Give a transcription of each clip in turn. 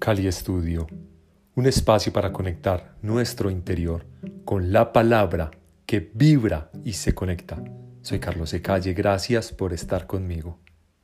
Cali Studio, un espacio para conectar nuestro interior con la palabra que vibra y se conecta. Soy Carlos E. Calle, gracias por estar conmigo.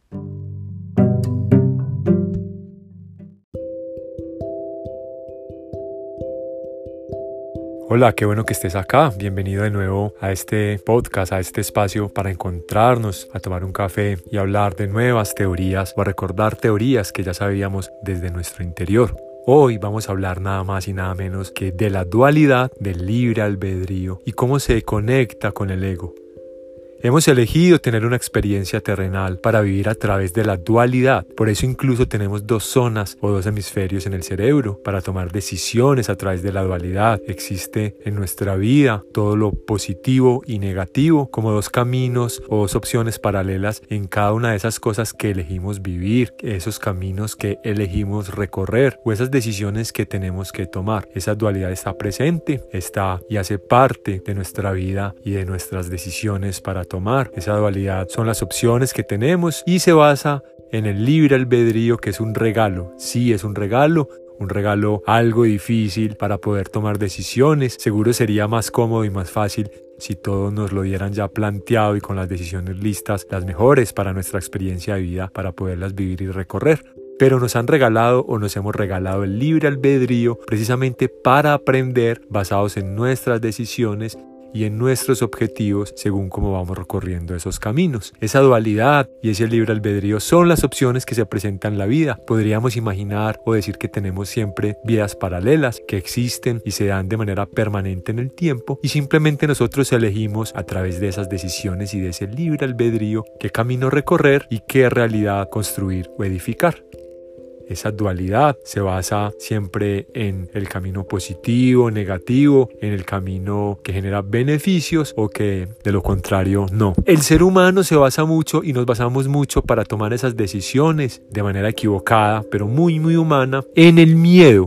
Hola, qué bueno que estés acá. Bienvenido de nuevo a este podcast, a este espacio para encontrarnos, a tomar un café y hablar de nuevas teorías o a recordar teorías que ya sabíamos desde nuestro interior. Hoy vamos a hablar nada más y nada menos que de la dualidad del libre albedrío y cómo se conecta con el ego. Hemos elegido tener una experiencia terrenal para vivir a través de la dualidad. Por eso incluso tenemos dos zonas o dos hemisferios en el cerebro para tomar decisiones a través de la dualidad. Existe en nuestra vida todo lo positivo y negativo como dos caminos o dos opciones paralelas en cada una de esas cosas que elegimos vivir, esos caminos que elegimos recorrer o esas decisiones que tenemos que tomar. Esa dualidad está presente, está y hace parte de nuestra vida y de nuestras decisiones para tomar. Esa dualidad son las opciones que tenemos y se basa en el libre albedrío, que es un regalo. Sí, es un regalo algo difícil para poder tomar decisiones. Seguro sería más cómodo y más fácil si todos nos lo dieran ya planteado y con las decisiones listas, las mejores para nuestra experiencia de vida, para poderlas vivir y recorrer. Pero nos han regalado o nos hemos regalado el libre albedrío precisamente para aprender basados en nuestras decisiones y en nuestros objetivos según cómo vamos recorriendo esos caminos. Esa dualidad y ese libre albedrío son las opciones que se presentan en la vida. Podríamos imaginar o decir que tenemos siempre vidas paralelas que existen y se dan de manera permanente en el tiempo y simplemente nosotros elegimos a través de esas decisiones y de ese libre albedrío qué camino recorrer y qué realidad construir o edificar. Esa dualidad se basa siempre en el camino positivo, negativo, en el camino que genera beneficios o que de lo contrario no. El ser humano se basa mucho y nos basamos mucho para tomar esas decisiones de manera equivocada, pero muy humana, en el miedo.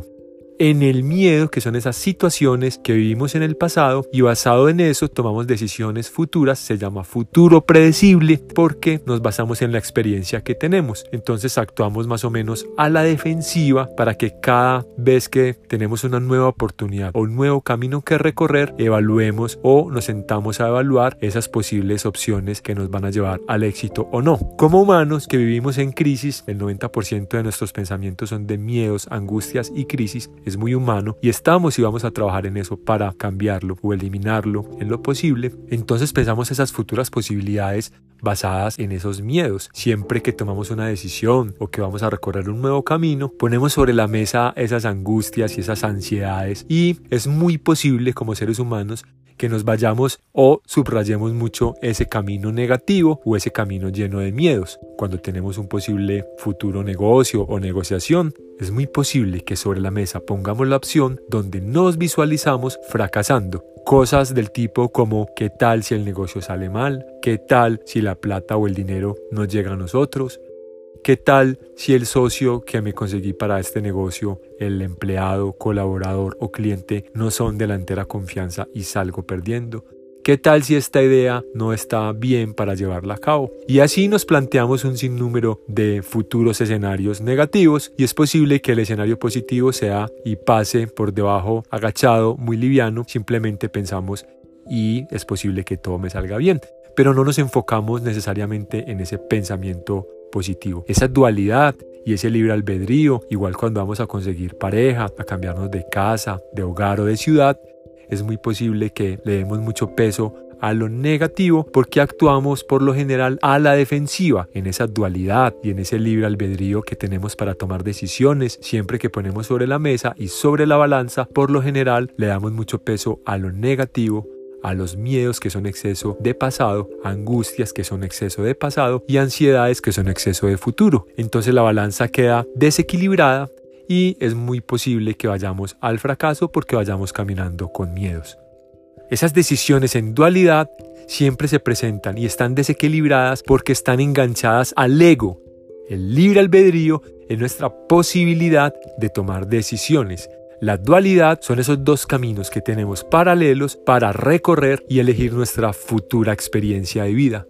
Que son esas situaciones que vivimos en el pasado y basado en eso tomamos decisiones futuras. Se llama futuro predecible porque nos basamos en la experiencia que tenemos. Entonces actuamos más o menos a la defensiva para que cada vez que tenemos una nueva oportunidad o un nuevo camino que recorrer, evaluemos o nos sentamos a evaluar esas posibles opciones que nos van a llevar al éxito o no. Como humanos que vivimos en crisis, el 90% de nuestros pensamientos son de miedos, angustias y crisis. Es muy humano y estamos y vamos a trabajar en eso para cambiarlo o eliminarlo en lo posible. Entonces pensamos esas futuras posibilidades basadas en esos miedos. Siempre que tomamos una decisión o que vamos a recorrer un nuevo camino, ponemos sobre la mesa esas angustias y esas ansiedades y es muy posible como seres humanos que nos vayamos o subrayemos mucho ese camino negativo o ese camino lleno de miedos. Cuando tenemos un posible futuro negocio o negociación, es muy posible que sobre la mesa pongamos la opción donde nos visualizamos fracasando. Cosas del tipo como ¿qué tal si el negocio sale mal? ¿Qué tal si la plata o el dinero no llega a nosotros? ¿Qué tal si el socio que me conseguí para este negocio, el empleado, colaborador o cliente no son de la entera confianza y salgo perdiendo? ¿Qué tal si esta idea no está bien para llevarla a cabo? Y así nos planteamos un sinnúmero de futuros escenarios negativos y es posible que el escenario positivo sea y pase por debajo agachado, muy liviano. Simplemente pensamos y es posible que todo me salga bien, pero no nos enfocamos necesariamente en ese pensamiento positivo. Esa dualidad y ese libre albedrío, igual cuando vamos a conseguir pareja, a cambiarnos de casa, de hogar o de ciudad, es muy posible que le demos mucho peso a lo negativo porque actuamos por lo general a la defensiva. En esa dualidad y en ese libre albedrío que tenemos para tomar decisiones, siempre que ponemos sobre la mesa y sobre la balanza, por lo general le damos mucho peso a lo negativo, a los miedos que son exceso de pasado, angustias que son exceso de pasado y ansiedades que son exceso de futuro. Entonces la balanza queda desequilibrada y es muy posible que vayamos al fracaso porque vayamos caminando con miedos. Esas decisiones en dualidad siempre se presentan y están desequilibradas porque están enganchadas al ego. El libre albedrío es nuestra posibilidad de tomar decisiones. La dualidad son esos dos caminos que tenemos paralelos para recorrer y elegir nuestra futura experiencia de vida.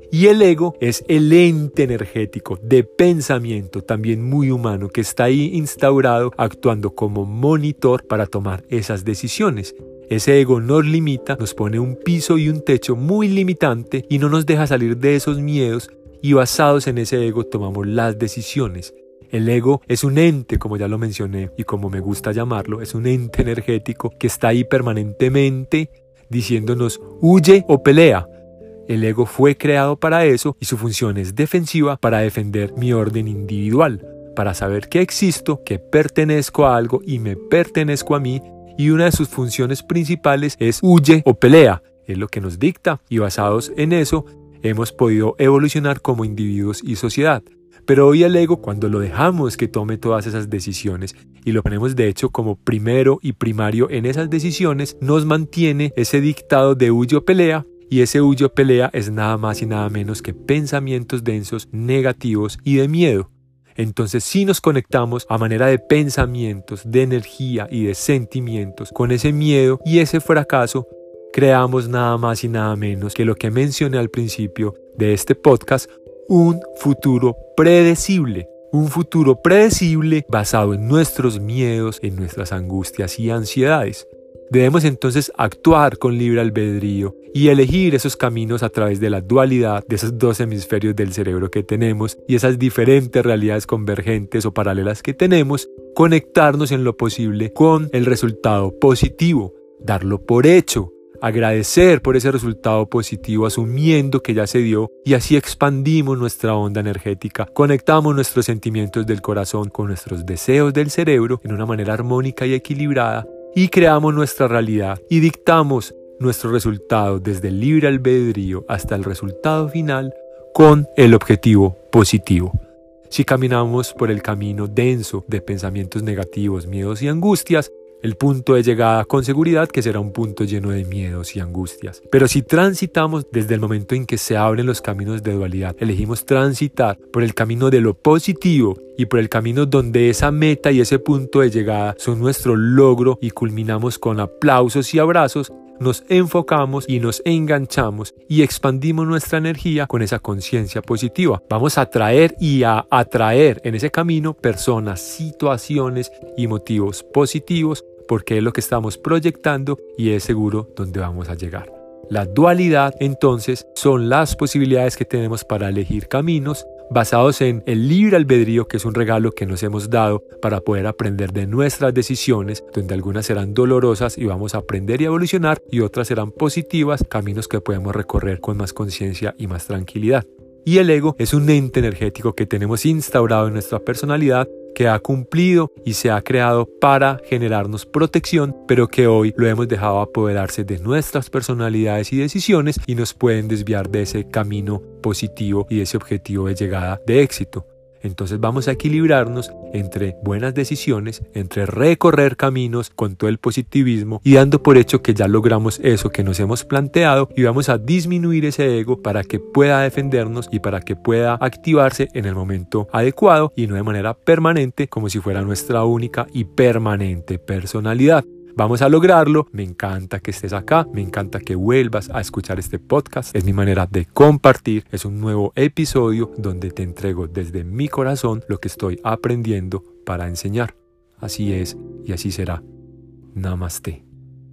Y el ego es el ente energético de pensamiento, también muy humano, que está ahí instaurado actuando como monitor para tomar esas decisiones. Ese ego nos limita, nos pone un piso y un techo muy limitante y no nos deja salir de esos miedos, y basados en ese ego tomamos las decisiones. El ego es un ente, como ya lo mencioné y como me gusta llamarlo, es un ente energético que está ahí permanentemente diciéndonos huye o pelea. El ego fue creado para eso y su función es defensiva, para defender mi orden individual, para saber que existo, que pertenezco a algo y me pertenezco a mí, y una de sus funciones principales es huye o pelea. Es lo que nos dicta, y basados en eso hemos podido evolucionar como individuos y sociedad. Pero hoy el ego, cuando lo dejamos que tome todas esas decisiones y lo ponemos de hecho como primero y primario en esas decisiones, nos mantiene ese dictado de huye o pelea. Y ese huye o pelea es nada más y nada menos que pensamientos densos, negativos y de miedo. Entonces, si nos conectamos a manera de pensamientos, de energía y de sentimientos con ese miedo y ese fracaso, creamos nada más y nada menos que lo que mencioné al principio de este podcast, un futuro predecible. Un futuro predecible basado en nuestros miedos, en nuestras angustias y ansiedades. Debemos entonces actuar con libre albedrío y elegir esos caminos a través de la dualidad de esos dos hemisferios del cerebro que tenemos y esas diferentes realidades convergentes o paralelas que tenemos, conectarnos en lo posible con el resultado positivo, darlo por hecho, agradecer por ese resultado positivo asumiendo que ya se dio, y así expandimos nuestra onda energética, conectamos nuestros sentimientos del corazón con nuestros deseos del cerebro en una manera armónica y equilibrada, y creamos nuestra realidad y dictamos nuestro resultado desde el libre albedrío hasta el resultado final con el objetivo positivo. Si caminamos por el camino denso de pensamientos negativos, miedos y angustias, el punto de llegada con seguridad que será un punto lleno de miedos y angustias. Pero si transitamos desde el momento en que se abren los caminos de dualidad, elegimos transitar por el camino de lo positivo y por el camino donde esa meta y ese punto de llegada son nuestro logro y culminamos con aplausos y abrazos, nos enfocamos y nos enganchamos y expandimos nuestra energía con esa conciencia positiva. Vamos a atraer y a atraer en ese camino personas, situaciones y motivos positivos, porque es lo que estamos proyectando y es seguro donde vamos a llegar. La dualidad, entonces, son las posibilidades que tenemos para elegir caminos basados en el libre albedrío, que es un regalo que nos hemos dado para poder aprender de nuestras decisiones, donde algunas serán dolorosas y vamos a aprender y evolucionar, y otras serán positivas, caminos que podemos recorrer con más conciencia y más tranquilidad. Y el ego es un ente energético que tenemos instaurado en nuestra personalidad, que ha cumplido y se ha creado para generarnos protección, pero que hoy lo hemos dejado apoderarse de nuestras personalidades y decisiones y nos pueden desviar de ese camino positivo y de ese objetivo de llegada de éxito. Entonces vamos a equilibrarnos entre buenas decisiones, entre recorrer caminos con todo el positivismo y dando por hecho que ya logramos eso que nos hemos planteado, y vamos a disminuir ese ego para que pueda defendernos y para que pueda activarse en el momento adecuado y no de manera permanente como si fuera nuestra única y permanente personalidad. Vamos a lograrlo. Me encanta que estés acá, me encanta que vuelvas a escuchar este podcast. Es mi manera de compartir, es un nuevo episodio donde te entrego desde mi corazón lo que estoy aprendiendo para enseñar. Así es y así será. Namaste.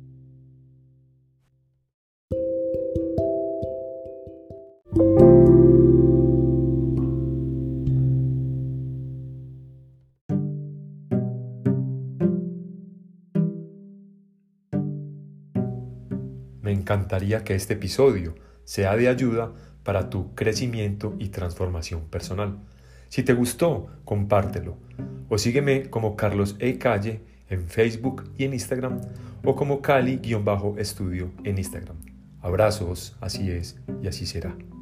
Me encantaría que este episodio sea de ayuda para tu crecimiento y transformación personal. Si te gustó, compártelo. O sígueme como Carlos E. Calle en Facebook y en Instagram, o como Cali_Estudio en Instagram. Abrazos, así es y así será.